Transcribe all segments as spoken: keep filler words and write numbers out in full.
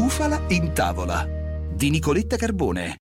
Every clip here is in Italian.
bufala in tavola di Nicoletta Carbone.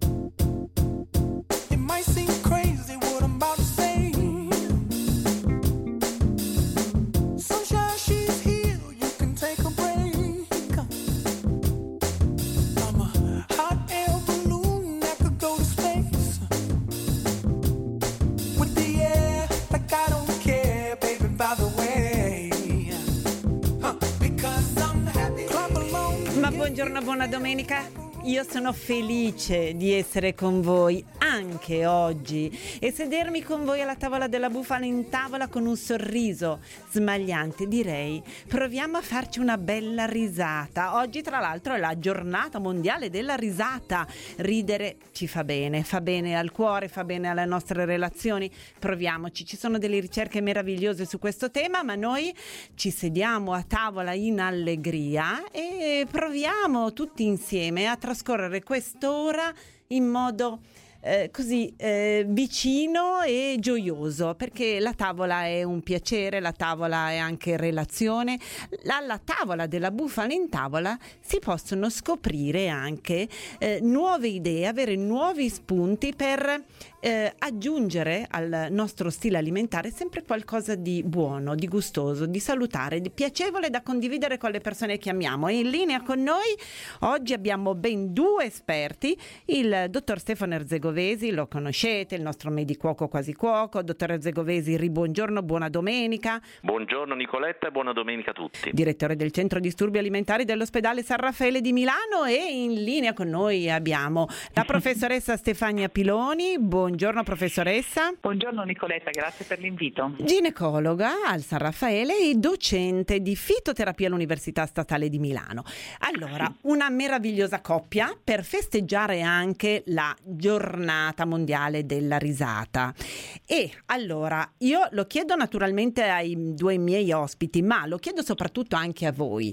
Buongiorno, buona domenica. Io sono felice di essere con voi anche oggi e sedermi con voi alla tavola della bufala in tavola con un sorriso smagliante. Direi, proviamo a farci una bella risata. Oggi tra l'altro è la giornata mondiale della risata. Ridere ci fa bene, fa bene al cuore, fa bene alle nostre relazioni. Proviamoci, ci sono delle ricerche meravigliose su questo tema, ma noi ci sediamo a tavola in allegria e proviamo tutti insieme a trascorrere quest'ora in modo eh, così eh, vicino e gioioso, perché la tavola è un piacere, la tavola è anche relazione. Alla tavola della bufala in tavola si possono scoprire anche eh, nuove idee, avere nuovi spunti per eh, aggiungere al nostro stile alimentare sempre qualcosa di buono, di gustoso, di salutare, di piacevole da condividere con le persone che amiamo. E in linea con noi oggi abbiamo ben due esperti, il dottor Stefano Erzegovesi, lo conoscete, il nostro medicuoco quasi cuoco. Dottor Erzegovesi, ribuongiorno, buona domenica. Buongiorno Nicoletta e buona domenica a tutti. Direttore del Centro Disturbi Alimentari dell'Ospedale San Raffaele di Milano, e in linea con noi abbiamo la professoressa Stefania Piloni. Buongiorno professoressa. Buongiorno Nicoletta, grazie per l'invito. Ginecologa al San Raffaele e docente di fitoterapia all'Università Statale di Milano. Allora, una meravigliosa coppia per festeggiare anche la giornata mondiale della risata. E allora, io lo chiedo naturalmente ai due miei ospiti, ma lo chiedo soprattutto anche a voi.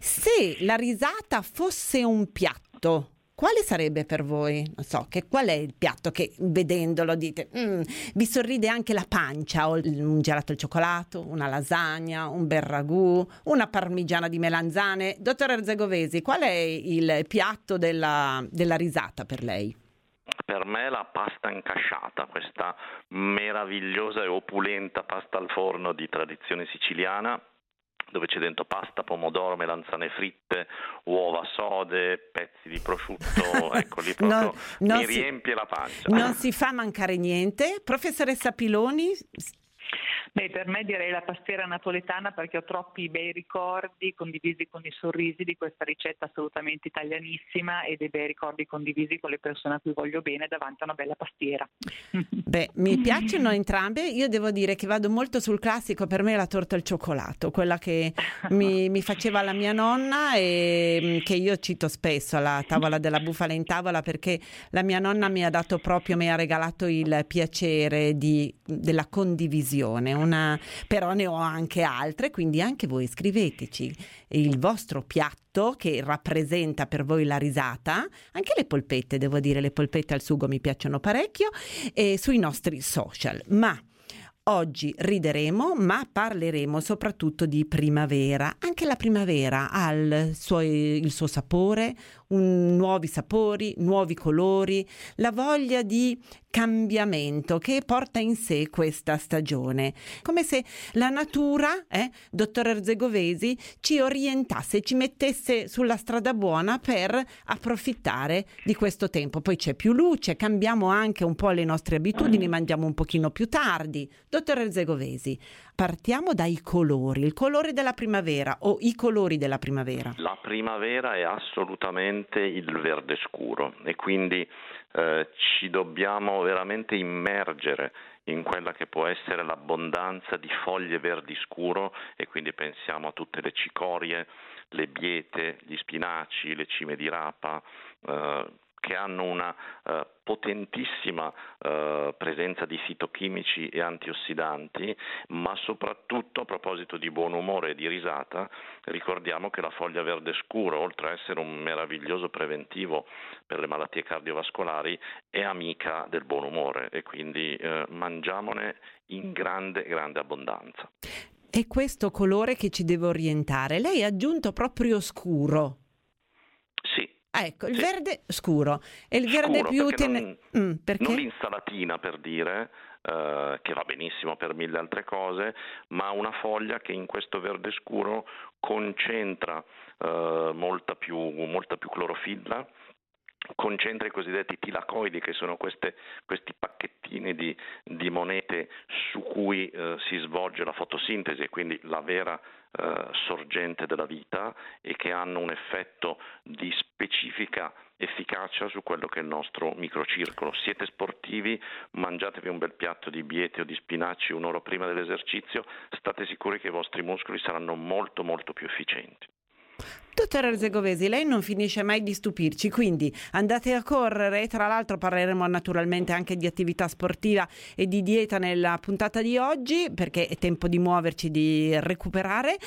Se la risata fosse un piatto, quale sarebbe per voi? Non so, che qual è il piatto che vedendolo dite mm, vi sorride anche la pancia? O un gelato al cioccolato, una lasagna, un bel ragù, una parmigiana di melanzane? Dottor Erzegovesi, qual è il piatto della, della risata per lei? Per me la pasta incasciata, questa meravigliosa e opulenta pasta al forno di tradizione siciliana, dove c'è dentro pasta, pomodoro, melanzane fritte, uova sode, pezzi di prosciutto, ecco lì proprio non, non mi si, riempie la pancia. Non si fa mancare niente. Professoressa Piloni? Beh, per me direi la pastiera napoletana, perché ho troppi bei ricordi condivisi con i sorrisi di questa ricetta assolutamente italianissima e dei bei ricordi condivisi con le persone a cui voglio bene davanti a una bella pastiera. Beh, mi piacciono entrambe. Io devo dire che vado molto sul classico, per me è la torta al cioccolato, quella che mi, mi faceva la mia nonna e che io cito spesso alla tavola della bufala in tavola, perché la mia nonna mi ha dato proprio, mi ha regalato il piacere di, della condivisione. Una, però ne ho anche altre, quindi anche voi scriveteci il vostro piatto che rappresenta per voi la risata, anche le polpette, devo dire, le polpette al sugo mi piacciono parecchio, e sui nostri social. Ma oggi rideremo, ma parleremo soprattutto di primavera. Anche la primavera ha il suo, il suo sapore, un, nuovi sapori, nuovi colori, la voglia di cambiamento che porta in sé questa stagione. Come se la natura, eh, dottor Erzegovesi, ci orientasse, ci mettesse sulla strada buona per approfittare di questo tempo. Poi c'è più luce, cambiamo anche un po' le nostre abitudini, mangiamo un pochino più tardi. Dottor Erzegovesi, partiamo dai colori, il colore della primavera o i colori della primavera. La primavera è assolutamente il verde scuro e quindi eh, ci dobbiamo veramente immergere in quella che può essere l'abbondanza di foglie verdi scuro, e quindi pensiamo a tutte le cicorie, le biete, gli spinaci, le cime di rapa, eh, che hanno una uh, potentissima uh, presenza di fitochimici e antiossidanti, ma soprattutto, a proposito di buon umore e di risata, ricordiamo che la foglia verde scuro, oltre a essere un meraviglioso preventivo per le malattie cardiovascolari, è amica del buon umore, e quindi uh, mangiamone in grande, grande abbondanza. È questo colore che ci deve orientare. Lei ha aggiunto proprio scuro. ecco, il sì. verde scuro e il verde Scuro, più... perché ten- non, mm, perché? non l'insalatina, per dire, eh, che va benissimo per mille altre cose, ma una foglia che in questo verde scuro concentra eh, molta più, molta più clorofilla, concentra i cosiddetti tilacoidi, che sono queste, questi pacchettini di, di monete su cui eh, si svolge la fotosintesi, e quindi la vera eh, sorgente della vita, e che hanno un effetto di specifica efficacia su quello che è il nostro microcircolo. Siete sportivi, mangiatevi un bel piatto di biete o di spinaci un'ora prima dell'esercizio, state sicuri che i vostri muscoli saranno molto molto più efficienti. Dottor Erzegovesi, lei non finisce mai di stupirci, quindi andate a correre. Tra l'altro parleremo naturalmente anche di attività sportiva e di dieta nella puntata di oggi, perché è tempo di muoverci, di recuperare.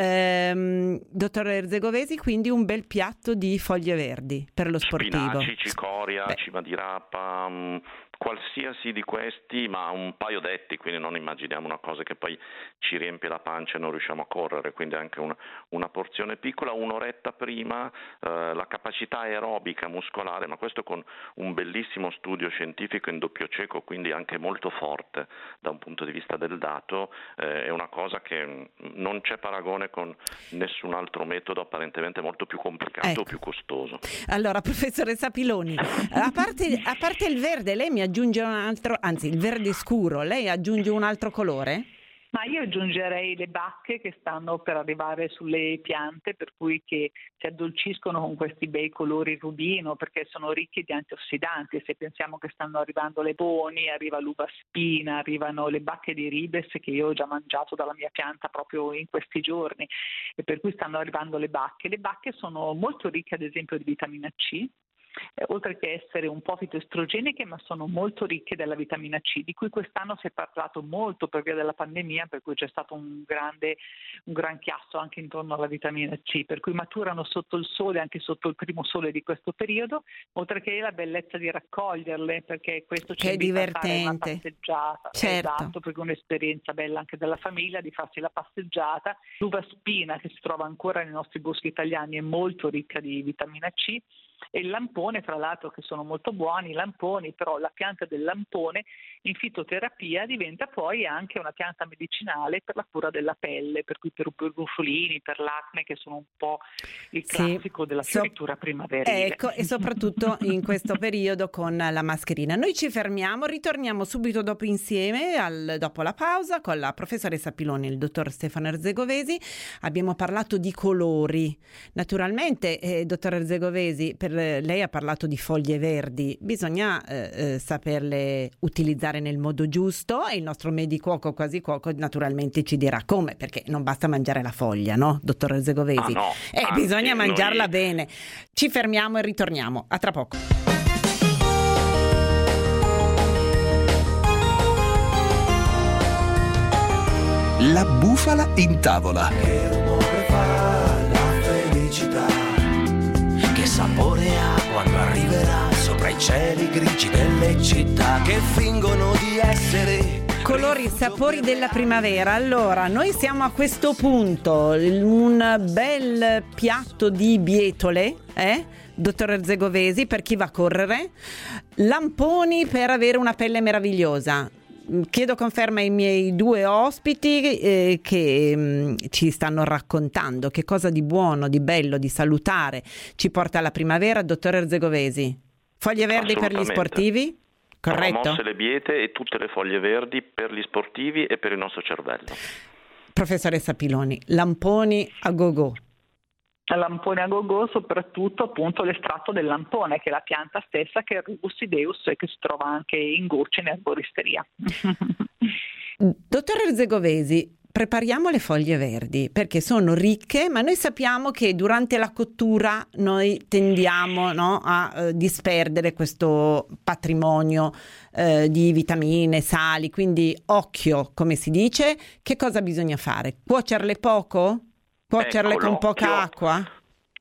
Ehm, dottor Erzegovesi, quindi un bel piatto di foglie verdi per lo sportivo. Spinaci, cicoria, Beh. cima di rapa, mh, qualsiasi di questi, ma un paio detti, quindi non immaginiamo una cosa che poi ci riempie la pancia e non riusciamo a correre, quindi anche una, una porzione piccola, un'oretta prima, eh, la capacità aerobica muscolare, ma questo con un bellissimo studio scientifico in doppio cieco, quindi anche molto forte da un punto di vista del dato, eh, è una cosa che non c'è paragone con nessun altro metodo apparentemente molto più complicato Ecco. o più costoso. Allora, professoressa Piloni, a parte, a parte il verde, lei mi aggiunge un altro, anzi il verde scuro, lei aggiunge un altro colore? Ma io aggiungerei le bacche che stanno per arrivare sulle piante, per cui che si addolciscono con questi bei colori rubino, perché sono ricchi di antiossidanti. Se pensiamo che stanno arrivando le boni, arriva l'uva spina, arrivano le bacche di ribes che io ho già mangiato dalla mia pianta proprio in questi giorni, e per cui stanno arrivando le bacche. Le bacche sono molto ricche ad esempio di vitamina C, Eh, oltre che essere un po' fitoestrogeniche, ma sono molto ricche della vitamina C, di cui quest'anno si è parlato molto per via della pandemia, per cui c'è stato un grande un gran chiasso anche intorno alla vitamina C, per cui maturano sotto il sole, anche sotto il primo sole di questo periodo, oltre che la bellezza di raccoglierle, perché questo ci Che è invita a fare una divertente. passeggiata, Certo. esatto, perché è un'esperienza bella anche della famiglia di farsi la passeggiata. L'uva spina, che si trova ancora nei nostri boschi italiani, è molto ricca di vitamina C, e il lampone, tra l'altro, che sono molto buoni i lamponi, però la pianta del lampone in fitoterapia diventa poi anche una pianta medicinale per la cura della pelle, per cui per i brufolini, per l'acne, che sono un po' il classico Sì. della So- fioritura primaverile. Ecco, e soprattutto in questo periodo con la mascherina. Noi ci fermiamo, ritorniamo subito dopo insieme, al, dopo la pausa, con la professoressa Piloni e il dottor Stefano Erzegovesi. Abbiamo parlato di colori. Naturalmente, eh, dottor Erzegovesi, per lei ha parlato di foglie verdi, bisogna eh, eh, saperle utilizzare nel modo giusto, e il nostro medicuoco quasi cuoco naturalmente ci dirà come, perché non basta mangiare la foglia, no, dottor Erzegovesi? Ah, no, eh, anzi, bisogna mangiarla noi- bene. Ci fermiamo e ritorniamo. A tra poco. La bufala in tavola. Che rumore fa la felicità? Che sapore ha quando arriverà sopra i cieli grigi delle città che fingono di essere Colori e sapori della primavera. Allora, noi siamo a questo punto, un bel piatto di bietole, eh? Dottor Erzegovesi, per chi va a correre, lamponi per avere una pelle meravigliosa. Chiedo conferma ai miei due ospiti eh, che mh, ci stanno raccontando che cosa di buono, di bello, di salutare ci porta la primavera. Dottor Erzegovesi, foglie verdi per gli Assolutamente. sportivi? Corretto? Promosse le biete e tutte le foglie verdi per gli sportivi e per il nostro cervello. Professoressa Piloni, lamponi a go-go. Lampone a go-go, soprattutto appunto l'estratto del lampone, che è la pianta stessa, che è il Rubus ideus e che si trova anche in gocce in erboristeria. Dottor Erzegovesi, prepariamo le foglie verdi perché sono ricche, ma noi sappiamo che durante la cottura noi tendiamo, no, a eh, disperdere questo patrimonio eh, di vitamine, sali, quindi occhio, come si dice. Che cosa bisogna fare? Cuocerle poco? Cuocerle Ecco, con poca l'occhio- acqua?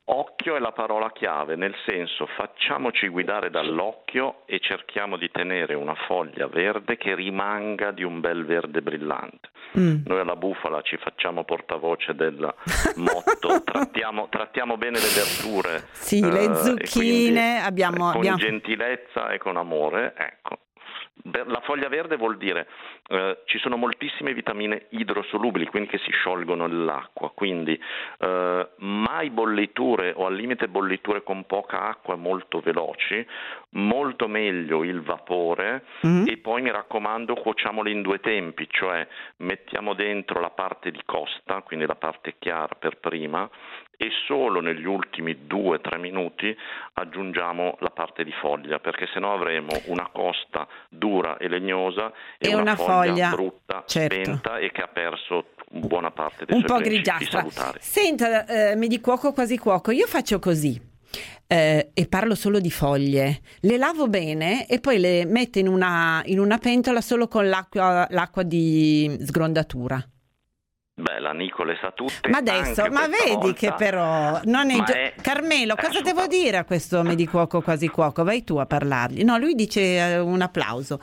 Occhio è la parola chiave, nel senso facciamoci guidare dall'occhio e cerchiamo di tenere una foglia verde che rimanga di un bel verde brillante. Mm. Noi alla Bufala ci facciamo portavoce del motto trattiamo, trattiamo bene le verdure, sì, eh, le zucchine, abbiamo, con abbiamo... gentilezza e con amore, ecco. La foglia verde vuol dire eh, ci sono moltissime vitamine idrosolubili, quindi che si sciolgono nell'acqua, quindi eh, mai bolliture o al limite bolliture con poca acqua molto veloci, molto meglio il vapore, mm. e poi mi raccomando cuociamole in due tempi, cioè mettiamo dentro la parte di costa, quindi la parte chiara per prima, e solo negli ultimi due o tre minuti aggiungiamo la parte di foglia, perché sennò avremo una costa dura e legnosa e, e una, una foglia, foglia brutta, certo, spenta e che ha perso buona parte dei un suoi po' grigiastra. Salutari. Senta, eh, mi di cuoco quasi cuoco, io faccio così. Eh, e parlo solo di foglie, le lavo bene e poi le metto in una, in una pentola solo con l'acqua, l'acqua di sgrondatura. Beh, la Nicole sa tutte. Ma adesso, ma vedi volta, che però non è, gio- è Carmelo, cosa è devo dire a questo medicuoco quasi cuoco? Vai tu a parlargli. No, lui dice uh, un applauso.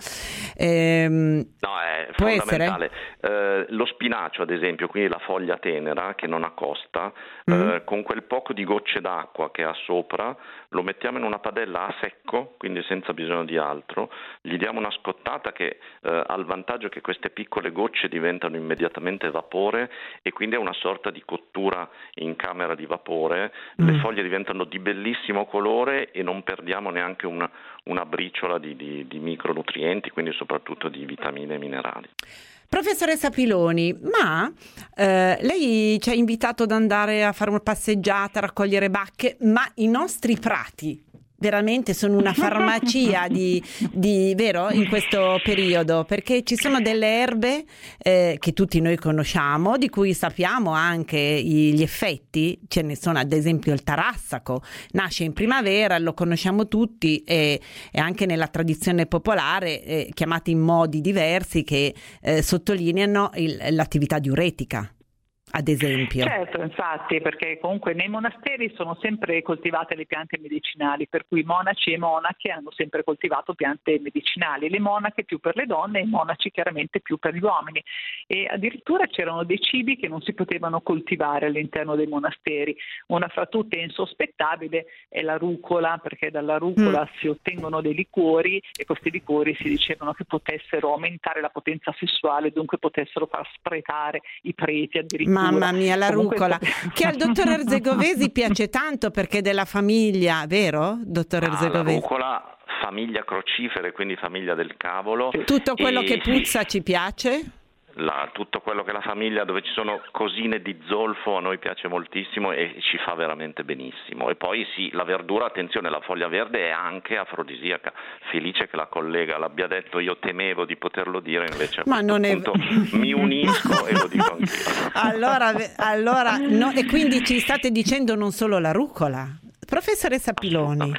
Ehm, no, è può fondamentale. essere? Eh, lo spinacio, ad esempio, quindi la foglia tenera che non accosta, mm. eh, con quel poco di gocce d'acqua che ha sopra, lo mettiamo in una padella a secco, quindi senza bisogno di altro, gli diamo una scottata che eh, ha il vantaggio che queste piccole gocce diventano immediatamente vapore e quindi è una sorta di cottura in camera di vapore, mm. le foglie diventano di bellissimo colore e non perdiamo neanche una, una briciola di, di, di micronutrienti, quindi soprattutto di vitamine e minerali. Professoressa Piloni, ma eh, lei ci ha invitato ad andare a fare una passeggiata, a raccogliere bacche, ma i nostri prati veramente sono una farmacia di, di vero in questo periodo, perché ci sono delle erbe eh, che tutti noi conosciamo, di cui sappiamo anche i, gli effetti. Ce ne sono ad esempio il tarassaco, nasce in primavera, lo conosciamo tutti, e, e anche nella tradizione popolare eh, chiamati in modi diversi che eh, sottolineano il, l'attività diuretica, ad esempio. Certo, infatti, perché comunque nei monasteri sono sempre coltivate le piante medicinali, per cui monaci e monache hanno sempre coltivato piante medicinali, le monache più per le donne e i monaci chiaramente più per gli uomini, e addirittura c'erano dei cibi che non si potevano coltivare all'interno dei monasteri. Una fra tutte insospettabile è la rucola, perché dalla rucola mm. si ottengono dei liquori e questi liquori si dicevano che potessero aumentare la potenza sessuale, dunque potessero far spretare i preti addirittura. Mamma mia, la Comunque rucola, che al dottor Erzegovesi piace tanto perché è della famiglia, vero, dottor Erzegovesi? Ah, la rucola, famiglia crocifere, quindi famiglia del cavolo. Tutto quello e... che puzza ci piace? La, tutto quello che è la famiglia dove ci sono cosine di zolfo a noi piace moltissimo e ci fa veramente benissimo. E poi sì, la verdura, attenzione, la foglia verde è anche afrodisiaca. Felice che la collega l'abbia detto, io temevo di poterlo dire, invece a Ma questo non punto è... mi unisco e lo dico anch'io. Allora, allora no, e quindi ci state dicendo non solo la rucola, professoressa Piloni?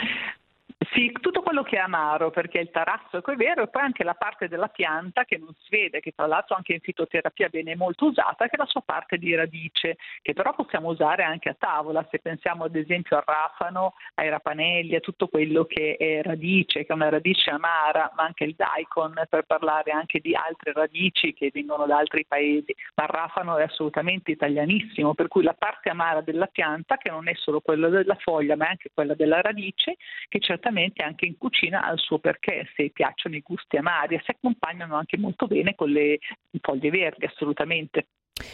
Sì, tutto quello che è amaro, perché il tarassaco è vero, e poi anche la parte della pianta che non si vede, che tra l'altro anche in fitoterapia viene molto usata, che è la sua parte di radice, che però possiamo usare anche a tavola, se pensiamo ad esempio al rafano, ai rapanelli, a tutto quello che è radice, che è una radice amara, ma anche il daikon, per parlare anche di altre radici che vengono da altri paesi, ma il rafano è assolutamente italianissimo, per cui la parte amara della pianta, che non è solo quella della foglia, ma è anche quella della radice, che certamente anche in cucina ha il suo perché, se piacciono i gusti amari, e si accompagnano anche molto bene con le foglie verdi, assolutamente.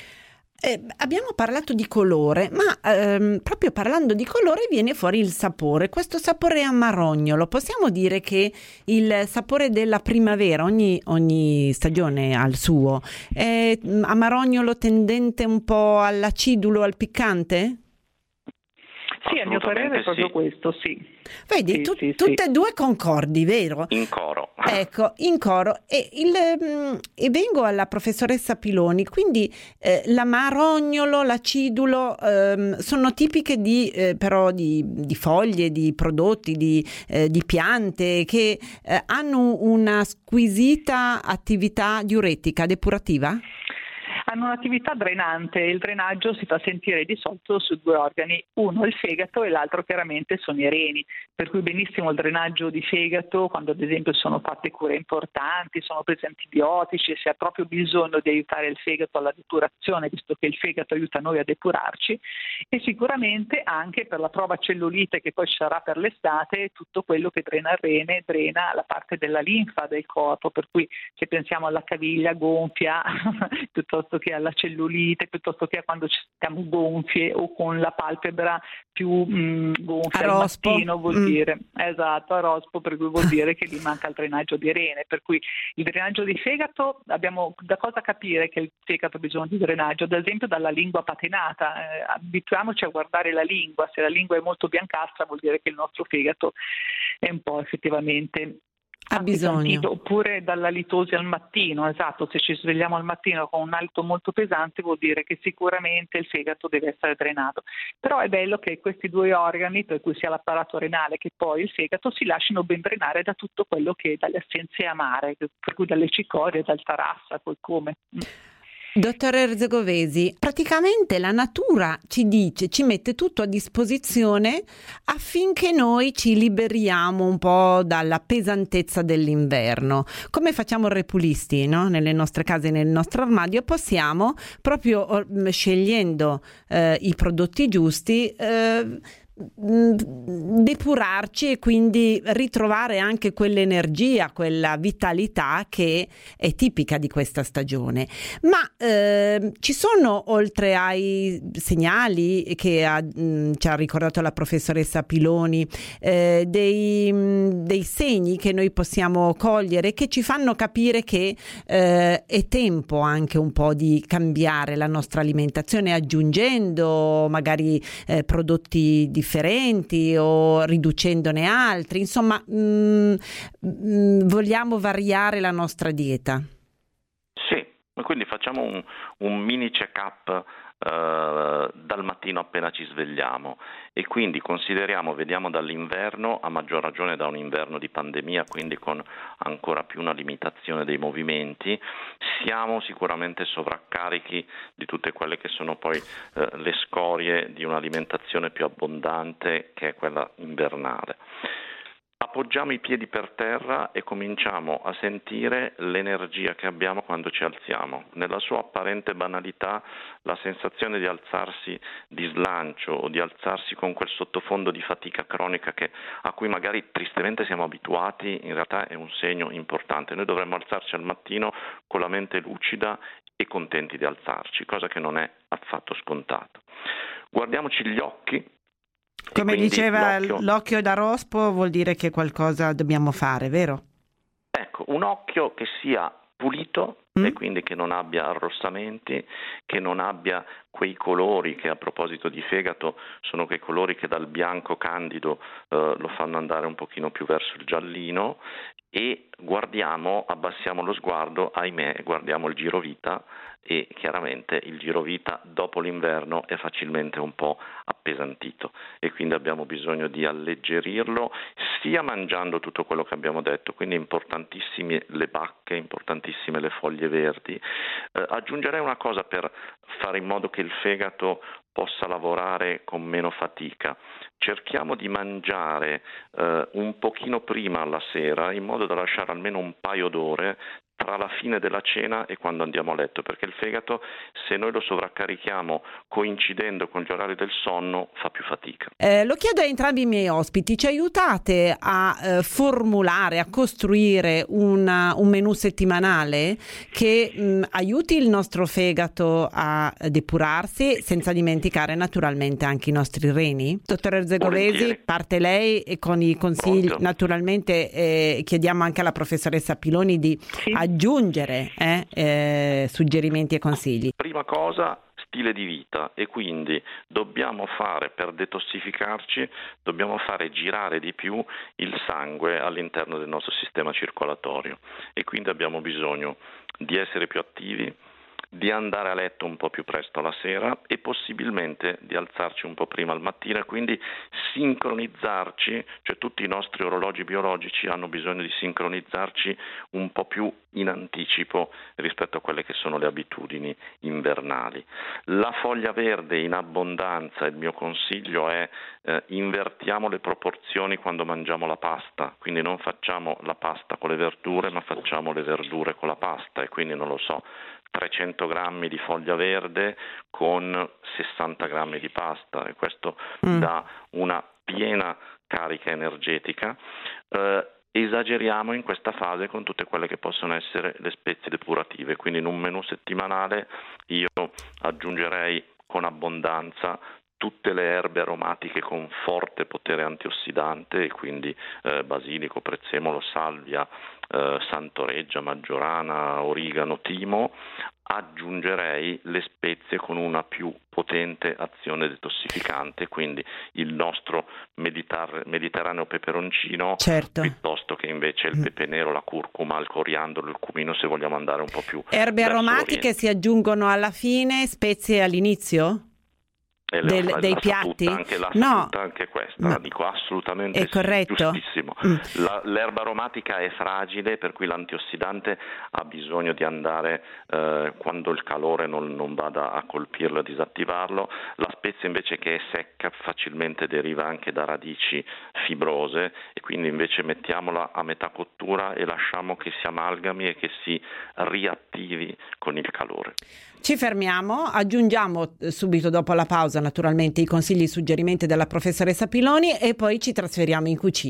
Eh, abbiamo parlato di colore, ma ehm, proprio parlando di colore viene fuori il sapore, questo sapore amarognolo. Possiamo dire che il sapore della primavera, ogni, ogni stagione ha il suo, è amarognolo tendente un po' all'acidulo, al piccante? Sì, a mio parere è proprio sì. questo, sì. Vedi, sì, tu, sì, tutte sì. e due concordi, vero? In coro. Ecco, in coro. E, il, e vengo alla professoressa Piloni, quindi eh, l'amarognolo, l'acidulo ehm, sono tipiche di, eh, però di, di foglie, di prodotti, di, eh, di piante che eh, hanno una squisita attività diuretica, depurativa? hanno un'attività drenante e il drenaggio si fa sentire di solito su due organi, uno il fegato e l'altro chiaramente sono i reni, per cui benissimo il drenaggio di fegato quando ad esempio sono fatte cure importanti, sono presi antibiotici e si ha proprio bisogno di aiutare il fegato alla depurazione, visto che il fegato aiuta noi a depurarci, e sicuramente anche per la prova cellulite che poi ci sarà per l'estate, tutto quello che drena il rene drena la parte della linfa del corpo, per cui se pensiamo alla caviglia gonfia piuttosto che alla cellulite, piuttosto che a quando ci stiamo gonfie o con la palpebra più mh, gonfia al mattino, vuol mm. dire esatto, a rospo, per cui vuol dire che gli manca il drenaggio di rene, per cui il drenaggio di fegato abbiamo da cosa capire che il fegato ha bisogno di drenaggio, ad esempio dalla lingua patenata, eh, abituiamoci a guardare la lingua, se la lingua è molto biancastra vuol dire che il nostro fegato è un po' effettivamente ha bisogno. Oppure dalla litosi al mattino, esatto, se ci svegliamo al mattino con un alito molto pesante vuol dire che sicuramente il fegato deve essere drenato, però è bello che questi due organi, per cui sia l'apparato renale che poi il fegato, si lasciano ben drenare da tutto quello che è dalle assenze amare, per cui dalle cicorie, dal tarassa, col come. Dottor Erzegovesi, praticamente la natura ci dice, ci mette tutto a disposizione affinché noi ci liberiamo un po' dalla pesantezza dell'inverno. Come facciamo repulisti, no? Nelle nostre case, nel nostro armadio, possiamo, proprio scegliendo eh, i prodotti giusti, eh, depurarci e quindi ritrovare anche quell'energia, quella vitalità che è tipica di questa stagione. Ma eh, ci sono, oltre ai segnali che ha, mh, ci ha ricordato la professoressa Piloni, eh, dei, mh, dei segni che noi possiamo cogliere che ci fanno capire che eh, è tempo anche un po' di cambiare la nostra alimentazione, aggiungendo magari eh, prodotti differenti differenti o riducendone altri, insomma mh, mh, vogliamo variare la nostra dieta. Sì, quindi facciamo un, un mini check-up Uh, dal mattino appena ci svegliamo e quindi consideriamo, vediamo dall'inverno, a maggior ragione da un inverno di pandemia, quindi con ancora più una limitazione dei movimenti, siamo sicuramente sovraccarichi di tutte quelle che sono poi uh, le scorie di un'alimentazione più abbondante che è quella invernale. Appoggiamo i piedi per terra e cominciamo a sentire l'energia che abbiamo quando ci alziamo. Nella sua apparente banalità, la sensazione di alzarsi di slancio o di alzarsi con quel sottofondo di fatica cronica che, a cui magari tristemente siamo abituati, in realtà è un segno importante. Noi dovremmo alzarci al mattino con la mente lucida e contenti di alzarci, cosa che non è affatto scontato. Guardiamoci gli occhi. Come diceva, l'occhio... l'occhio da rospo vuol dire che qualcosa dobbiamo fare, vero? Ecco, un occhio che sia pulito mm. e quindi che non abbia arrossamenti, che non abbia quei colori che, a proposito di fegato, sono quei colori che dal bianco candido eh, lo fanno andare un pochino più verso il giallino, e guardiamo, abbassiamo lo sguardo, ahimè, guardiamo il girovita, e chiaramente il girovita dopo l'inverno è facilmente un po' appesantito e quindi abbiamo bisogno di alleggerirlo sia mangiando tutto quello che abbiamo detto, quindi importantissime le bacche, importantissime le foglie verdi. Eh, aggiungerei una cosa per fare in modo che il fegato possa lavorare con meno fatica. Cerchiamo di mangiare eh, un pochino prima alla sera, in modo da lasciare almeno un paio d'ore tra la fine della cena e quando andiamo a letto, perché il fegato, se noi lo sovraccarichiamo coincidendo con gli orari del sonno, fa più fatica. Eh, lo chiedo a entrambi i miei ospiti, ci aiutate a eh, formulare, a costruire una, un menù settimanale che mh, aiuti il nostro fegato a depurarsi, senza dimenticare naturalmente anche i nostri reni? Dottor Erzegovesi, parte lei e con i consigli. Molto. Naturalmente eh, chiediamo anche alla professoressa Piloni di sì. aggiungere eh, eh, suggerimenti e consigli. Prima cosa, stile di vita, e quindi dobbiamo fare, per detossificarci, dobbiamo fare girare di più il sangue all'interno del nostro sistema circolatorio e quindi abbiamo bisogno di essere più attivi, di andare a letto un po' più presto la sera e possibilmente di alzarci un po' prima al mattino, e quindi sincronizzarci, cioè tutti i nostri orologi biologici hanno bisogno di sincronizzarci un po' più in anticipo rispetto a quelle che sono le abitudini invernali. La foglia verde in abbondanza, il mio consiglio è eh, invertiamo le proporzioni quando mangiamo la pasta, quindi non facciamo la pasta con le verdure ma facciamo le verdure con la pasta, e quindi non lo so, trecento grammi di foglia verde con sessanta grammi di pasta, e questo mm. dà una piena carica energetica. Eh, esageriamo in questa fase con tutte quelle che possono essere le spezie depurative, quindi in un menù settimanale io aggiungerei con abbondanza tutte le erbe aromatiche con forte potere antiossidante, e quindi eh, basilico, prezzemolo, salvia, eh, santoreggia, maggiorana, origano, timo. Aggiungerei le spezie con una più potente azione detossificante, quindi il nostro meditar- mediterraneo peperoncino, certo, piuttosto che invece il pepe nero, la curcuma, il coriandolo, il cumino, se vogliamo andare un po' più erbe aromatiche l'oriente. Si aggiungono alla fine, spezie all'inizio? E Del, la, dei la piatti? Saputa, anche la no, saputa, anche questa, no. la dico assolutamente è corretto. giustissimo. Mm. La, l'erba aromatica è fragile, per cui l'antiossidante ha bisogno di andare eh, quando il calore non, non vada a colpirlo e a disattivarlo. La spezia invece, che è secca, facilmente deriva anche da radici fibrose, e quindi invece mettiamola a metà cottura e lasciamo che si amalgami e che si riattivi con il calore. Ci fermiamo, aggiungiamo subito dopo la pausa naturalmente i consigli e i suggerimenti della professoressa Piloni e poi ci trasferiamo in cucina.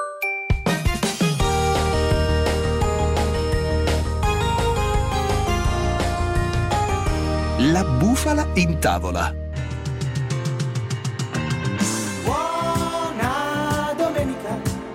La bufala in tavola. Buona domenica,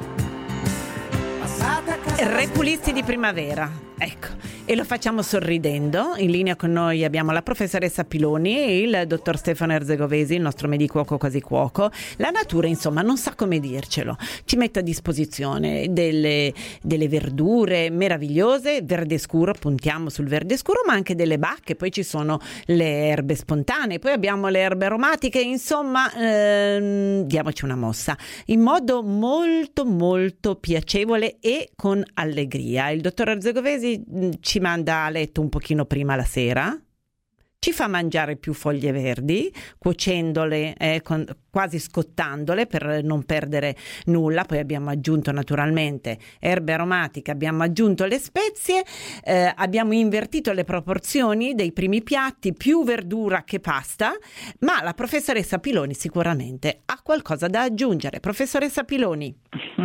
passata a casa. Repulisti di primavera, ecco. E lo facciamo sorridendo. In linea con noi abbiamo la professoressa Piloni e il dottor Stefano Erzegovesi, il nostro medicuoco quasi cuoco. La natura, insomma, non sa come dircelo. Ci mette a disposizione delle, delle verdure meravigliose, verde scuro, puntiamo sul verde scuro, ma anche delle bacche. Poi ci sono le erbe spontanee, poi abbiamo le erbe aromatiche. Insomma, ehm, diamoci una mossa in modo molto molto piacevole e con allegria. Il dottor Erzegovesi ci ci manda a letto un pochino prima la sera, ci fa mangiare più foglie verdi, cuocendole, eh, con, quasi scottandole per non perdere nulla. Poi abbiamo aggiunto naturalmente erbe aromatiche, abbiamo aggiunto le spezie, eh, abbiamo invertito le proporzioni dei primi piatti, più verdura che pasta, ma la professoressa Piloni sicuramente ha qualcosa da aggiungere. Professoressa Piloni.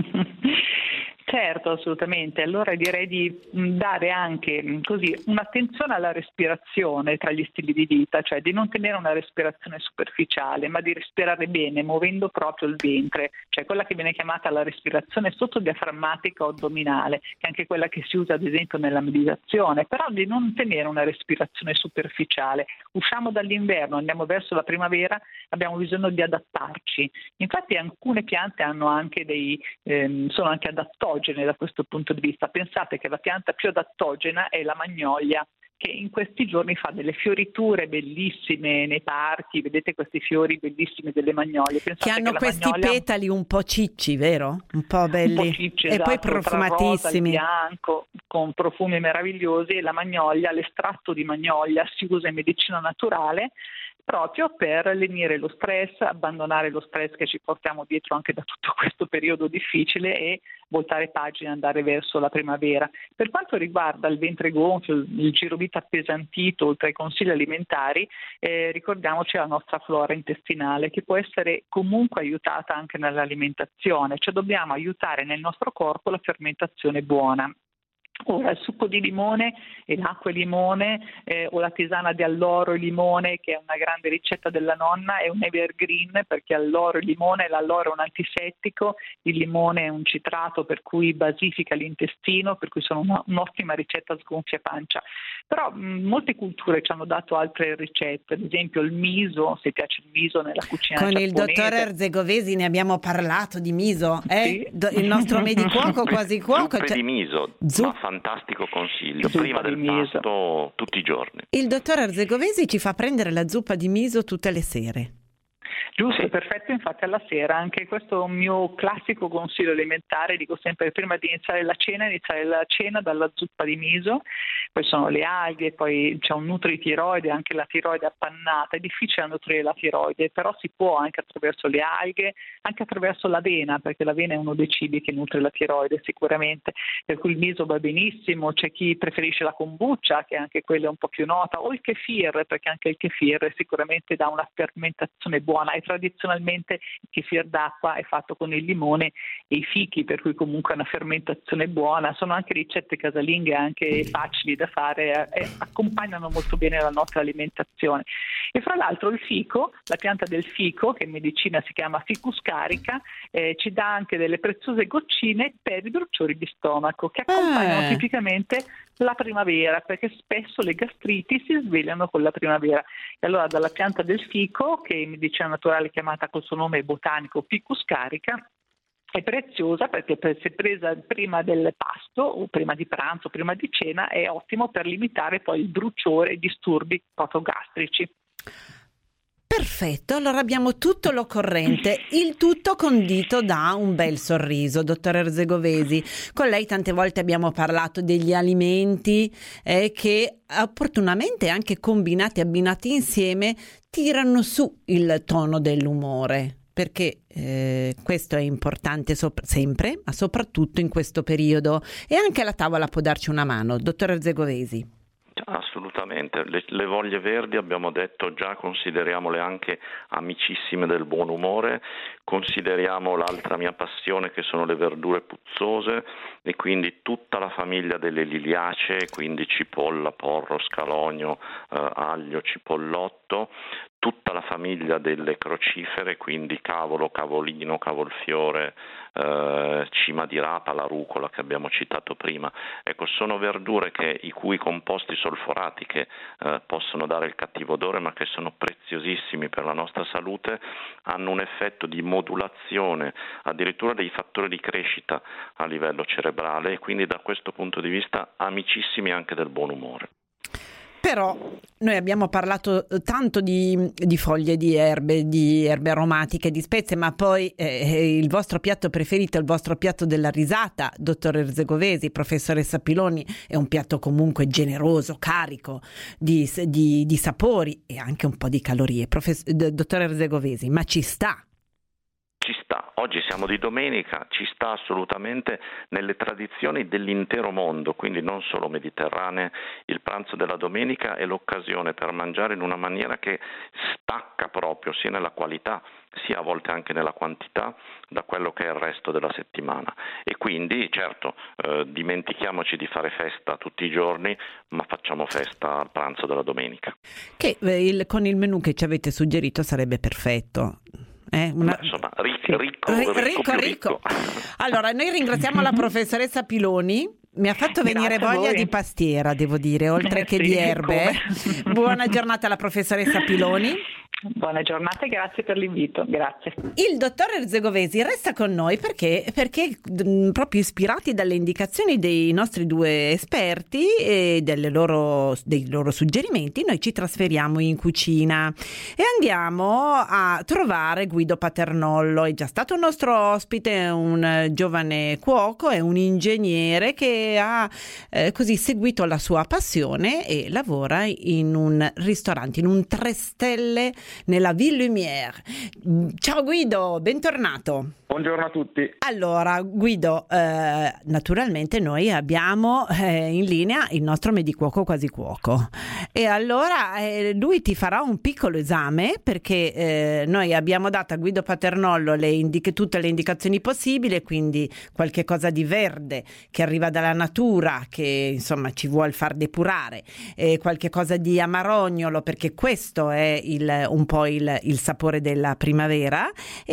Certo, assolutamente. Allora direi di dare anche così un'attenzione alla respirazione tra gli stili di vita, cioè di non tenere una respirazione superficiale, ma di respirare bene, muovendo proprio il ventre, cioè quella che viene chiamata la respirazione sottodiaframmatica o addominale, che è anche quella che si usa ad esempio nella meditazione, però di non tenere una respirazione superficiale. Usciamo dall'inverno, andiamo verso la primavera, abbiamo bisogno di adattarci. Infatti alcune piante hanno anche dei, ehm, sono anche adattogene da questo punto di vista. Pensate che la pianta più adattogena è la magnolia, che in questi giorni fa delle fioriture bellissime nei parchi, vedete questi fiori bellissimi delle magnolie. Pensate che hanno che questi magnolia... petali un po' cicci, vero? Un po' belli. Un po' cicci, e esatto, poi profumatissimi. Rosa, bianco, con profumi meravigliosi, e la magnolia, l'estratto di magnolia si usa in medicina naturale proprio per lenire lo stress, abbandonare lo stress che ci portiamo dietro anche da tutto questo periodo difficile e voltare pagina e andare verso la primavera. Per quanto riguarda il ventre gonfio, il giro vita appesantito, oltre ai consigli alimentari, eh, ricordiamoci la nostra flora intestinale, che può essere comunque aiutata anche nell'alimentazione, cioè dobbiamo aiutare nel nostro corpo la fermentazione buona. Ora, il succo di limone e l'acqua e limone eh, o la tisana di alloro e limone, che è una grande ricetta della nonna, è un evergreen, perché alloro e limone, l'alloro è un antisettico, il limone è un citrato per cui basifica l'intestino, per cui sono una, un'ottima ricetta sgonfia pancia. Però mh, molte culture ci hanno dato altre ricette, ad esempio il miso, se piace il miso nella cucina con giapponese. Il dottor Erzegovesi ne abbiamo parlato di miso, eh? Sì. Il nostro medicuoco quasi cuoco. Zuppe cioè... di miso, Zuppe fantastico consiglio, prima del pasto tutti i giorni. Il dottor Arzegovesi ci fa prendere la zuppa di miso tutte le sere. Giusto, Sì. perfetto, infatti alla sera, anche questo è un mio classico consiglio alimentare, dico sempre prima di iniziare la cena, iniziare la cena dalla zuppa di miso, poi sono le alghe, poi c'è un nutritiroide, anche la tiroide appannata, è difficile nutrire la tiroide, però si può anche attraverso le alghe, anche attraverso l'avena, perché l'avena è uno dei cibi che nutre la tiroide sicuramente, per cui il miso va benissimo, c'è chi preferisce la kombucha, che anche quella è un po' più nota, o il kefir, perché anche il kefir sicuramente dà una fermentazione buona, e tradizionalmente il kefir d'acqua è fatto con il limone e i fichi, per cui comunque è una fermentazione buona, sono anche ricette casalinghe, anche facili da fare, e accompagnano molto bene la nostra alimentazione. E fra l'altro il fico, la pianta del fico, che in medicina si chiama ficus carica, eh, ci dà anche delle preziose goccine per i bruciori di stomaco, che accompagnano Eh. tipicamente la primavera, perché spesso le gastriti si svegliano con la primavera. E allora dalla pianta del fico, che in medicina naturale è chiamata col suo nome botanico ficus carica, è preziosa perché se presa prima del pasto o prima di pranzo, prima di cena, è ottimo per limitare poi il bruciore e i disturbi protogastrici. Perfetto, allora abbiamo tutto l'occorrente, il tutto condito da un bel sorriso, dottor Arzegovesi. Con lei tante volte abbiamo parlato degli alimenti eh, che opportunamente, anche combinati, abbinati insieme, tirano su il tono dell'umore. Perché eh, questo è importante sopra- sempre, ma soprattutto in questo periodo. E anche la tavola può darci una mano, dottor Arzegovesi. Assolutamente, le, le voglie verdi abbiamo detto già, consideriamole anche amicissime del buon umore, consideriamo l'altra mia passione che sono le verdure puzzose e quindi tutta la famiglia delle liliacee, quindi cipolla, porro, scalogno, eh, aglio, cipollotto, tutta la famiglia delle crocifere, quindi cavolo, cavolino, cavolfiore, eh, cima di rapa, la rucola che abbiamo citato prima. Ecco, sono verdure che, i cui composti solforati che eh, possono dare il cattivo odore, ma che sono preziosissimi per la nostra salute, hanno un effetto di modulazione addirittura dei fattori di crescita a livello cerebrale e quindi da questo punto di vista amicissimi anche del buon umore. Però noi abbiamo parlato tanto di, di foglie, di erbe, di erbe aromatiche, di spezie, ma poi eh, il vostro piatto preferito, il vostro piatto della risata, dottor Arzegovesi, professoressa Piloni, è un piatto comunque generoso, carico di, di, di sapori e anche un po' di calorie. Profes- dottor Arzegovesi, ma ci sta? Ci sta, oggi siamo di domenica, ci sta assolutamente nelle tradizioni dell'intero mondo, quindi non solo mediterranee. Il pranzo della domenica è l'occasione per mangiare in una maniera che stacca proprio sia nella qualità sia a volte anche nella quantità da quello che è il resto della settimana. E quindi certo eh, dimentichiamoci di fare festa tutti i giorni, ma facciamo festa al pranzo della domenica. Che eh, il, con il menù che ci avete suggerito sarebbe perfetto. Eh, una... Beh, insomma, ricco, ricco, ricco, ricco, ricco, ricco. Allora, noi ringraziamo la professoressa Piloni. Mi ha fatto venire Grazie voglia a voi. di pastiera, devo dire, oltre Eh, che sì, di erbe. come. Buona giornata alla professoressa Piloni. Buona giornata e grazie per l'invito, grazie. Il dottor Arzegovesi resta con noi perché, perché mh, proprio ispirati dalle indicazioni dei nostri due esperti e delle loro, dei loro suggerimenti, noi ci trasferiamo in cucina e andiamo a trovare Guido Paternollo. È già stato un nostro ospite, un giovane cuoco e un ingegnere che ha eh, così seguito la sua passione e lavora in un ristorante, in un tre stelle nella Ville Lumière. Ciao Guido, bentornato. Buongiorno a tutti. Allora Guido, eh, naturalmente noi abbiamo eh, in linea il nostro medicuoco quasi cuoco e allora eh, lui ti farà un piccolo esame perché eh, noi abbiamo dato a Guido Paternollo le indiche, tutte le indicazioni possibili, quindi qualche cosa di verde che arriva dalla natura che insomma ci vuol far depurare, eh, qualche cosa di amarognolo perché questo è il, un po' il, il sapore della primavera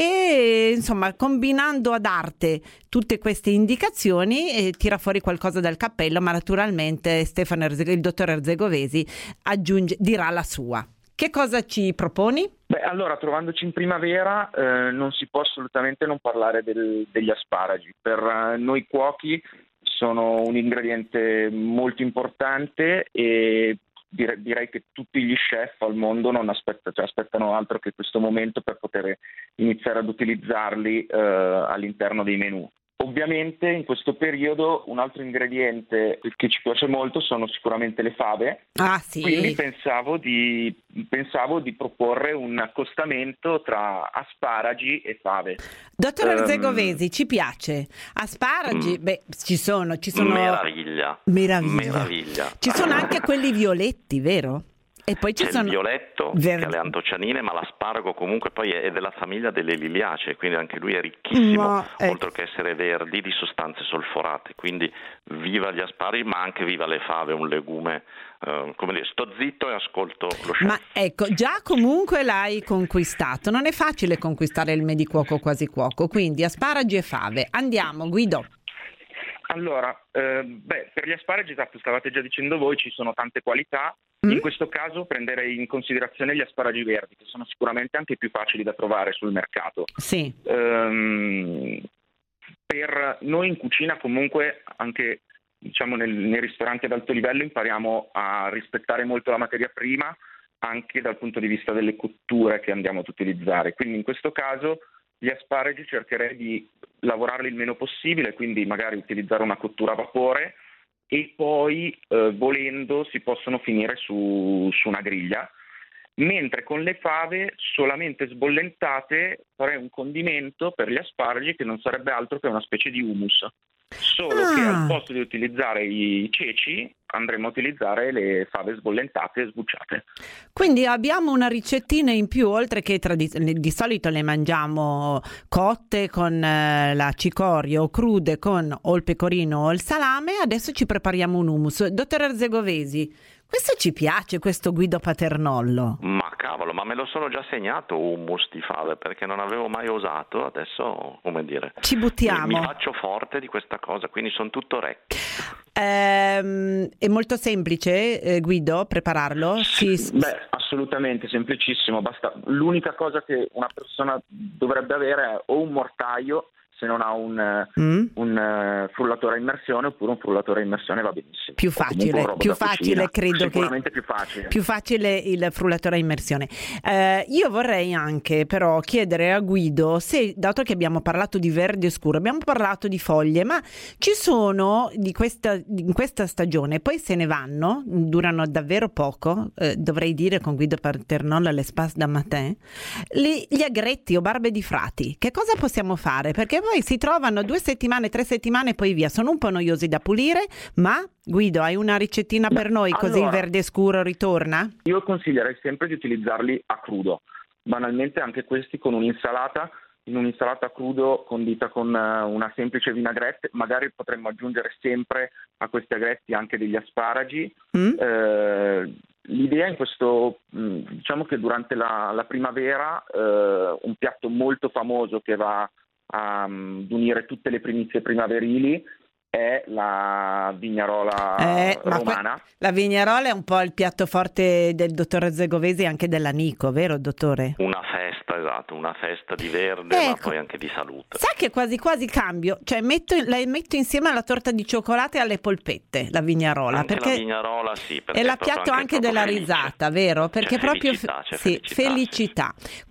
e insomma combinando ad arte tutte queste indicazioni eh, tira fuori qualcosa dal cappello, ma naturalmente Stefano Erze- il dottor Arzegovesi aggiunge, dirà la sua. Che cosa ci proponi? Beh, allora, trovandoci in primavera eh, non si può assolutamente non parlare del, degli asparagi. Per uh, noi cuochi sono un ingrediente molto importante e dire, direi che tutti gli chef al mondo non aspetta, cioè aspettano altro che questo momento per poter iniziare ad utilizzarli eh, all'interno dei menù. Ovviamente in questo periodo un altro ingrediente che ci piace molto sono sicuramente le fave. Ah, sì. Quindi pensavo di, pensavo di proporre un accostamento tra asparagi e fave. Dottor Um, Arzegovesi, ci piace? Asparagi, Mm. beh, ci sono, ci sono... Meraviglia. Meraviglia. Meraviglia. Ci sono anche quelli violetti, vero? E poi ci C'è sono il violetto Ver- che ha le antocianine, ma l'asparago comunque poi è della famiglia delle liliacee, quindi anche lui è ricchissimo, Ma, eh. oltre che essere verdi, di sostanze solforate. Quindi viva gli asparagi, ma anche viva le fave, un legume. Eh, come dire, sto zitto e ascolto lo chef. Ma ecco, già comunque l'hai conquistato. Non è facile conquistare il medicuoco quasi cuoco, quindi asparagi e fave. Andiamo, Guido. Allora, eh, beh, per gli asparagi, esatto, stavate già dicendo voi, ci sono tante qualità. In Mm? questo caso prenderei in considerazione gli asparagi verdi, che sono sicuramente anche più facili da trovare sul mercato. Sì. Ehm, per noi in cucina comunque, anche diciamo nel- nei ristoranti ad alto livello, impariamo a rispettare molto la materia prima, anche dal punto di vista delle cotture che andiamo ad utilizzare. Quindi in questo caso gli asparagi cercherei di lavorarli il meno possibile, quindi magari utilizzare una cottura a vapore e poi eh, volendo si possono finire su, su una griglia, mentre con le fave solamente sbollentate farei un condimento per gli asparagi che non sarebbe altro che una specie di hummus, solo Ah. che al posto di utilizzare i ceci andremo a utilizzare le fave sbollentate e sbucciate. Quindi abbiamo una ricettina in più, oltre che tradi- di solito le mangiamo cotte con eh, la cicoria o crude con o il pecorino o il salame, adesso ci prepariamo un hummus. Dottor Arzegovesi, questo ci piace, questo Guido Paternollo. Ma cavolo, ma me lo sono già segnato hummus di fave, perché non avevo mai osato, adesso, come dire, Ci mi, buttiamo. mi faccio forte di questa cosa, quindi sono tutto orecchi. Ehm, è molto semplice, eh, Guido, prepararlo? Sì. Beh, assolutamente, semplicissimo. Basta. L'unica cosa che una persona dovrebbe avere è o un mortaio, se non ha un, eh, Mm? un eh, frullatore a immersione, oppure un frullatore a immersione va benissimo. Più O comunque facile, un robot più da facile, cucina. credo che- Sicuramente più facile. Più facile il frullatore a immersione. Eh, io vorrei anche però chiedere a Guido se, dato che abbiamo parlato di verde scuro, abbiamo parlato di foglie, ma ci sono di questa, in questa stagione, poi se ne vanno, durano davvero poco, eh, dovrei dire con Guido Paternollo l'espace da matin, li- gli agretti o barbe di frati. Che cosa possiamo fare? Perché poi si trovano due settimane, tre settimane e poi via. Sono un po' noiosi da pulire, ma Guido, hai una ricettina per noi così il allora- verde scuro ritorna? Io consiglierei sempre di utilizzarli a crudo. Banalmente anche questi con un'insalata, in un'insalata a crudo condita con eh, una semplice vinaigrette, magari potremmo aggiungere sempre a questi agretti anche degli asparagi. Mm? Eh, l'idea in questo, mh, diciamo che durante la, la primavera eh, un piatto molto famoso che va a, mm, ad unire tutte le primizie primaverili è la vignarola Eh, ma que- romana. la vignarola è un po' il piatto forte del dottor Arzegovesi e anche dell'Anico, vero dottore? Una festa, esatto, una festa di verde, ma Ecco. poi anche di salute. Sa che quasi quasi cambio, cioè metto, la metto insieme alla torta di cioccolata e alle polpette, la vignarola, Anche perché la vignarola, sì, perché è è la proprio piatto anche anche proprio della felice. risata, vero? Perché C'è proprio felicità, c'è sì, felicità, felicità.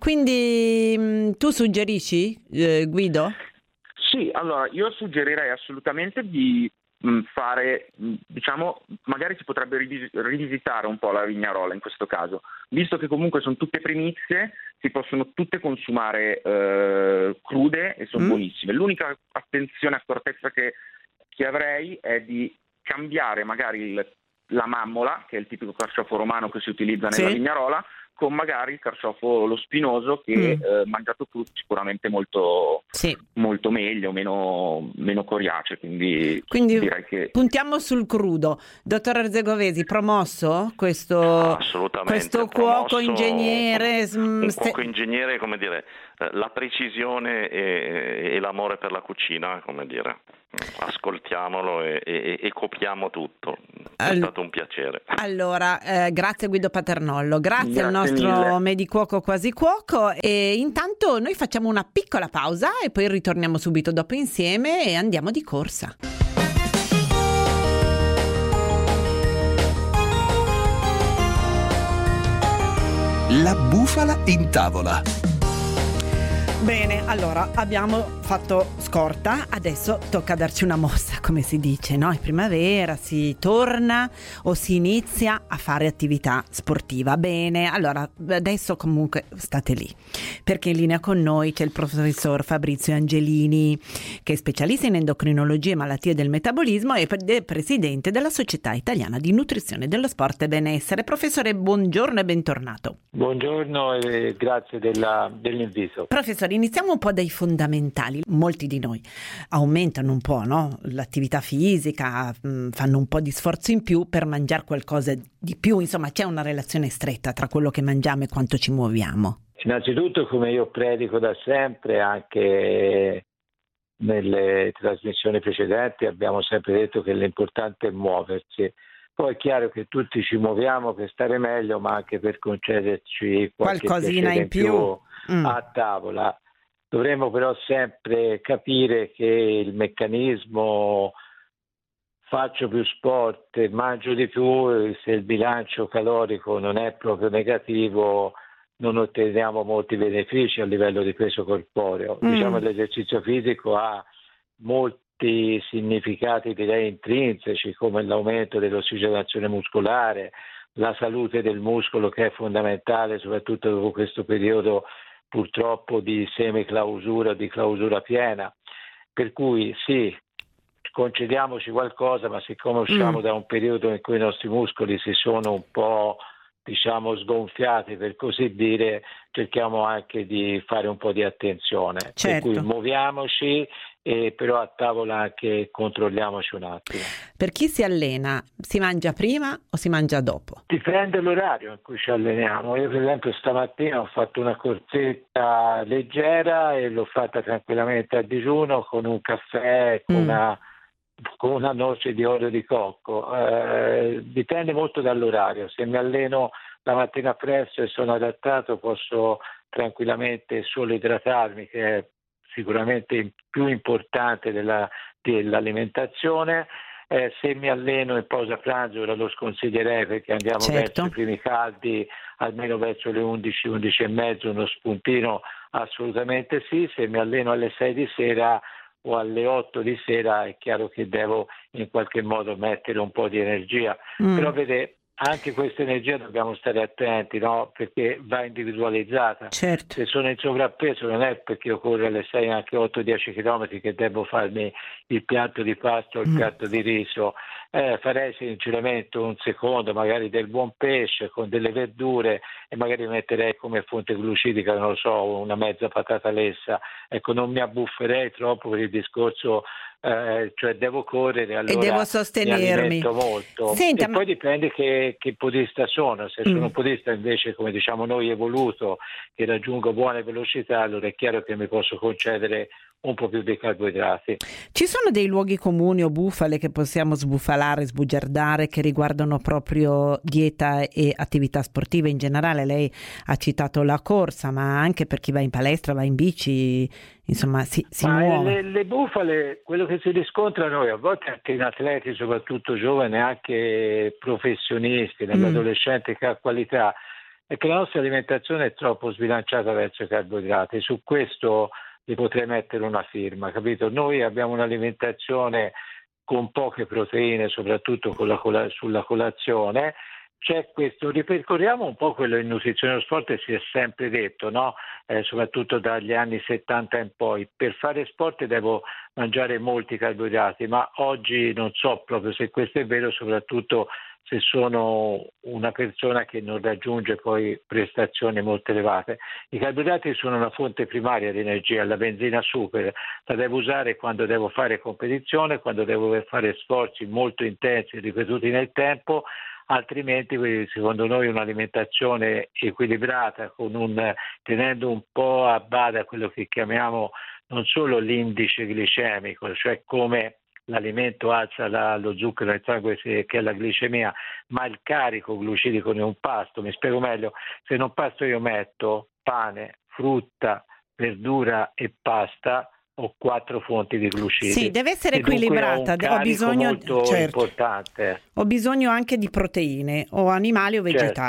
Quindi mh, tu suggerisci, eh, Guido? Sì, allora io suggerirei assolutamente di mh, fare, mh, diciamo, magari si potrebbe rivis- rivisitare un po' la vignarola in questo caso, visto che comunque sono tutte primizie, si possono tutte consumare eh, crude e sono Mm. buonissime. L'unica attenzione e accortezza che, che avrei è di cambiare magari il- la mammola, che è il tipico carciofo romano che si utilizza nella Sì. vignarola, con magari il carciofo lo spinoso che Mm. eh, mangiato crudo sicuramente molto Sì. molto meglio, meno, meno coriace, quindi, Quindi direi che puntiamo sul crudo. Dottor Arzegovesi, promosso questo, Assolutamente, questo promosso cuoco ingegnere? un mm, ste- cuoco ingegnere, come dire, eh, la precisione e, e l'amore per la cucina, come dire, ascoltiamolo e, e, e copiamo tutto. È All- stato un piacere. Allora, eh, grazie Guido Paternollo, grazie, Grazie al nostro mille. medicuoco quasi cuoco e intanto noi facciamo una piccola pausa e poi ritorniamo subito dopo insieme e andiamo di corsa. bufala in tavola. Bene, allora abbiamo fatto scorta, adesso tocca darci una mossa, come si dice, no? È primavera, si torna o si inizia a fare attività sportiva. Bene, allora adesso comunque state lì, perché in linea con noi c'è il professor Fabrizio Angelini, che è specialista in endocrinologia e malattie del metabolismo e è presidente della Società Italiana di Nutrizione dello Sport e Benessere. Professore, buongiorno e bentornato. Buongiorno e grazie della, dell'invito. Professore, iniziamo un po' dai fondamentali. Molti di noi aumentano un po', no? L'attività fisica, mh, fanno un po' di sforzo in più per mangiare qualcosa di più, insomma c'è una relazione stretta tra quello che mangiamo e quanto ci muoviamo. Innanzitutto, come io predico da sempre, anche nelle trasmissioni precedenti, abbiamo sempre detto che l'importante è muoversi. Poi è chiaro che tutti ci muoviamo per stare meglio, ma anche per concederci qualche qualcosina in più, più mm. a tavola. Dovremmo però sempre capire che il meccanismo faccio più sport, mangio di più, se il bilancio calorico non è proprio negativo non otteniamo molti benefici a livello di peso corporeo. Mm. Diciamo che l'esercizio fisico ha molti significati direi intrinseci, come l'aumento dell'ossigenazione muscolare, la salute del muscolo che è fondamentale soprattutto dopo questo periodo purtroppo di semiclausura o di clausura piena, per cui sì, concediamoci qualcosa, ma siccome usciamo mm. da un periodo in cui i nostri muscoli si sono un po' diciamo sgonfiati per così dire, cerchiamo anche di fare un po' di attenzione, certo. Per cui muoviamoci e però a tavola anche controlliamoci un attimo. Per chi si allena, si mangia prima o si mangia dopo? Dipende l'orario in cui ci alleniamo. Io per esempio stamattina ho fatto una corsetta leggera e l'ho fatta tranquillamente a digiuno con un caffè, con mm. una con una noce di olio di cocco. Eh, dipende molto dall'orario. Se mi alleno la mattina presto e sono adattato posso tranquillamente solo idratarmi, che è sicuramente più importante della, dell'alimentazione. Eh, se mi alleno in pausa pranzo ora lo sconsiglierei perché andiamo certo. verso i primi caldi, almeno verso le undici, undici e mezzo, uno spuntino assolutamente sì. Se mi alleno alle sei di sera o alle otto di sera è chiaro che devo in qualche modo mettere un po' di energia, mm. però vede anche questa energia dobbiamo stare attenti, no? Perché va individualizzata. Certo. Se sono in sovrappeso non è perché io corro alle sei anche otto dieci chilometri che devo farmi il piatto di pasta o il mm. piatto di riso. Eh, farei sinceramente un secondo, magari del buon pesce con delle verdure e magari metterei come fonte glucidica, non lo so, una mezza patata lessa. Ecco, non mi abbufferei troppo per il discorso, eh, cioè devo correre, allora e devo sostenermi molto. Senta, e ma... poi dipende che, che podista sono. Se mm. sono un podista invece, come diciamo noi, evoluto, che raggiungo buone velocità, allora è chiaro che mi posso concedere un po' più di carboidrati. Ci sono dei luoghi comuni o bufale che possiamo sbufalare, sbugiardare, che riguardano proprio dieta e attività sportive in generale? Lei ha citato la corsa, ma anche per chi va in palestra, va in bici, insomma si, si muove. Le, le bufale, quello che si riscontra noi a volte anche in atleti, soprattutto giovani, anche professionisti, nell'adolescente mm. che ha qualità, è che la nostra alimentazione è troppo sbilanciata verso i carboidrati. Su questo gli potrei mettere una firma, capito? Noi abbiamo un'alimentazione con poche proteine, soprattutto con la cola- sulla colazione. C'è questo, ripercorriamo un po' quello in nutrizione dello sport e si è sempre detto, no? Eh, soprattutto dagli anni settanta in poi, per fare sport devo mangiare molti carboidrati, ma oggi non so proprio se questo è vero, soprattutto se sono una persona che non raggiunge poi prestazioni molto elevate. I carboidrati sono una fonte primaria di energia, la benzina super, la devo usare quando devo fare competizione, quando devo fare sforzi molto intensi e ripetuti nel tempo, altrimenti secondo noi un'alimentazione equilibrata, con un, tenendo un po' a bada quello che chiamiamo non solo l'indice glicemico, cioè come l'alimento alza la, lo zucchero nel sangue che è la glicemia, ma il carico glucidico in un pasto, mi spiego meglio, se in un pasto io metto pane, frutta, verdura e pasta, ho quattro fonti di glucidi. Sì, deve essere equilibrata, ho, ho bisogno molto certo. importante. Ho bisogno anche di proteine, o animali o vegetali. Certo.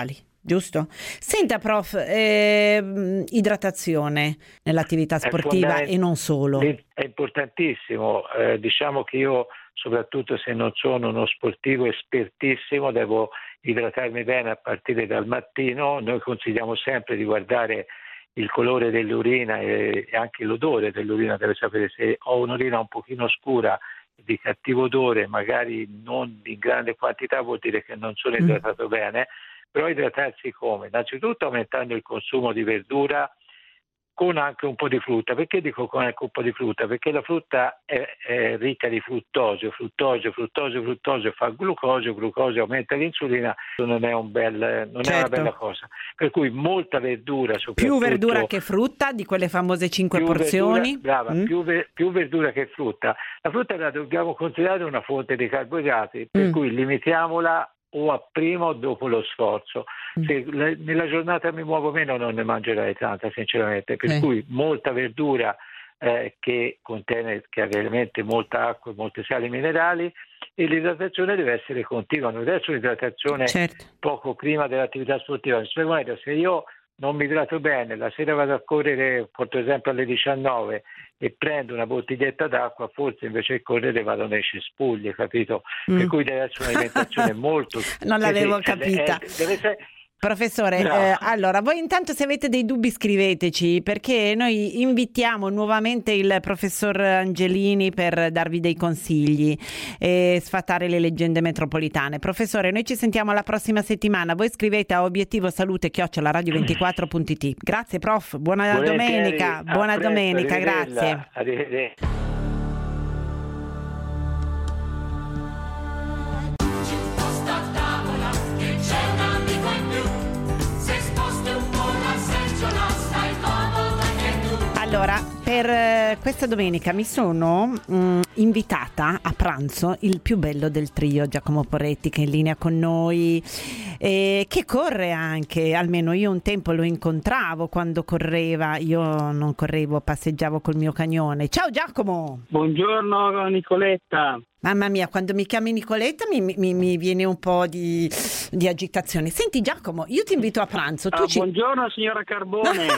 giusto? Senta prof, eh, idratazione nell'attività sportiva e non solo. È importantissimo, eh, diciamo che io soprattutto se non sono uno sportivo espertissimo devo idratarmi bene a partire dal mattino. Noi consigliamo sempre di guardare il colore dell'urina e anche l'odore dell'urina, deve sapere se ho un'urina un pochino scura di cattivo odore, magari non in grande quantità, vuol dire che non sono idratato mm. bene. Però idratarsi come? Innanzitutto aumentando il consumo di verdura con anche un po' di frutta. Perché dico con anche un po' di frutta? Perché la frutta è, è ricca di fruttosio, fruttosio, fruttosio, fruttosio fa glucosio, glucosio aumenta l'insulina, non è un bel, non certo. è una bella cosa. Per cui molta verdura, soprattutto più verdura che frutta, di quelle famose cinque porzioni. Verdura, brava, mm. più, più verdura che frutta. La frutta la dobbiamo considerare una fonte di carboidrati, per mm. cui limitiamola o a prima o dopo lo sforzo. Se nella giornata mi muovo meno non ne mangerai tanta sinceramente, per eh. cui molta verdura eh, che contiene che ha veramente molta acqua e molte sali minerali, e l'idratazione deve essere continua. Non deve essere un'idratazione certo. poco prima dell'attività sportiva. Mi spiego meglio, se io non mi idrato bene, la sera vado a correre, porto esempio alle diciannove e prendo una bottiglietta d'acqua, forse invece di correre vado nei cespugli, capito? Mm. Per cui deve essere un'alimentazione molto... non l'avevo capita. Deve, deve essere... Professore, no. eh, allora voi intanto se avete dei dubbi scriveteci, perché noi invitiamo nuovamente il professor Angelini per darvi dei consigli e sfatare le leggende metropolitane. Professore, noi ci sentiamo la prossima settimana. Voi scrivete a obiettivo salute chiocciola radio ventiquattro punto it. Grazie prof, buona Volentieri. domenica, buona presto, domenica, grazie. Arrivederci. Allora, per questa domenica mi sono mh, invitata a pranzo il più bello del trio, Giacomo Porretti, che è in linea con noi, e che corre anche, almeno io un tempo lo incontravo quando correva, io non correvo, passeggiavo col mio cagnone. Ciao Giacomo! Buongiorno Nicoletta! Mamma mia, quando mi chiami Nicoletta mi, mi, mi viene un po' di, di agitazione. Senti Giacomo, io ti invito a pranzo. Tu ah, ci... Buongiorno signora Carbone.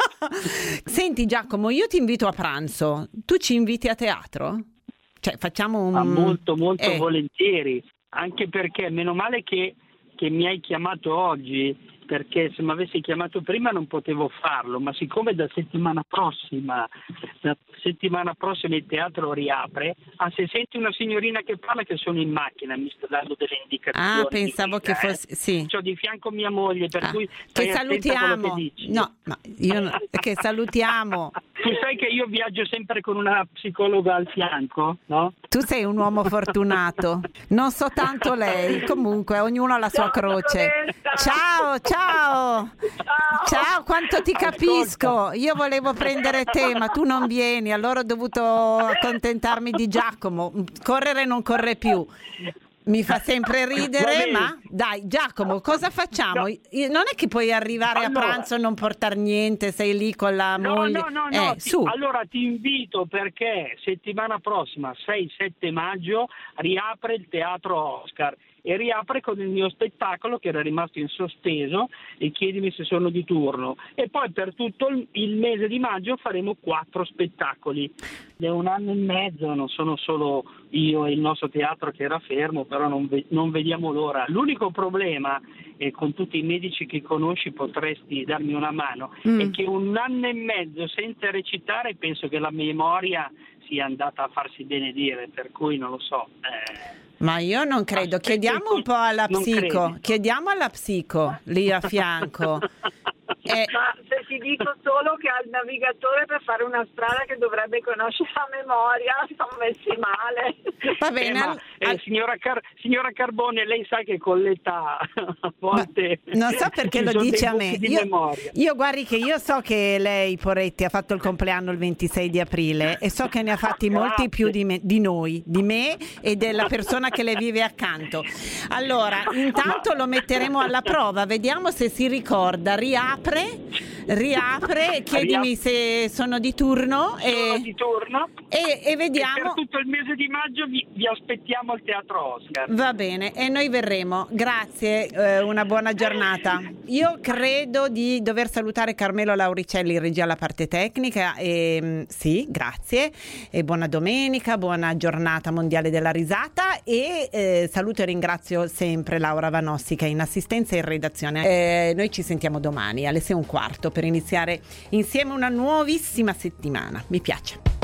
Senti Giacomo, io ti invito a pranzo. Tu ci inviti a teatro? Cioè facciamo un... Ah, molto molto eh. volentieri. Anche perché meno male che, che mi hai chiamato oggi, perché se mi avessi chiamato prima non potevo farlo, ma siccome da settimana prossima da settimana prossima il teatro riapre, ah, se senti una signorina che parla, che sono in macchina, mi sta dando delle indicazioni. Ah, pensavo vita, che fosse... Eh. Sì. C'ho di fianco mia moglie, per ah, cui che salutiamo. Che dici. No, ma io no, che salutiamo. Tu sai che io viaggio sempre con una psicologa al fianco, no? Tu sei un uomo fortunato. Non so tanto lei, comunque ognuno ha la sua croce. Ciao, ciao. Ciao, quanto ti capisco. Io volevo prendere te, ma tu non vieni, allora ho dovuto accontentarmi di Giacomo. Correre non corre più. Mi fa sempre ridere, ma dai Giacomo, cosa facciamo? No. Non è che puoi arrivare allora, a pranzo e non portare niente, sei lì con la no, moglie. No, no, eh, no, su. Ti, allora ti invito, perché settimana prossima, sei sette maggio, riapre il Teatro Oscar e riapre con il mio spettacolo che era rimasto in sospeso, e chiedimi se sono di turno. E poi per tutto il mese di maggio faremo quattro spettacoli. È un anno e mezzo, non sono solo io e il nostro teatro che era fermo, però non, ve- non vediamo l'ora. L'unico problema, e con tutti i medici che conosci potresti darmi una mano, mm. è che un anno e mezzo senza recitare penso che la memoria sia andata a farsi benedire, per cui non lo so. Eh... Ma io non credo, chiediamo un po' alla psico, chiediamo alla psico lì a fianco. Eh, ma se ti dico solo che ha il navigatore per fare una strada che dovrebbe conoscere a memoria, sono messi male. Va bene. Eh, ma, eh, al... signora, Car- signora Carbone, lei sa che con l'età a volte ma non so perché lo dice a me. Io, io guardi che io so che lei, Porretti, ha fatto il compleanno il ventisei di aprile e so che ne ha fatti molti più di, me, di noi, di me e della persona che le vive accanto. Allora, intanto ma... lo metteremo alla prova, vediamo se si ricorda, riapre riapre, chiedimi se sono di turno e, sono di turno e, e vediamo. E per tutto il mese di maggio vi, vi aspettiamo al Teatro Oscar. Va bene, e noi verremo. Grazie, eh, una buona giornata. Io credo di dover salutare Carmelo Lauricelli in regia alla parte tecnica e sì, grazie e buona domenica, buona giornata mondiale della risata e eh, saluto e ringrazio sempre Laura Vanossi che è in assistenza e in redazione. Eh, noi ci sentiamo domani alle sei e un quarto per iniziare insieme una nuovissima settimana. Mi piace.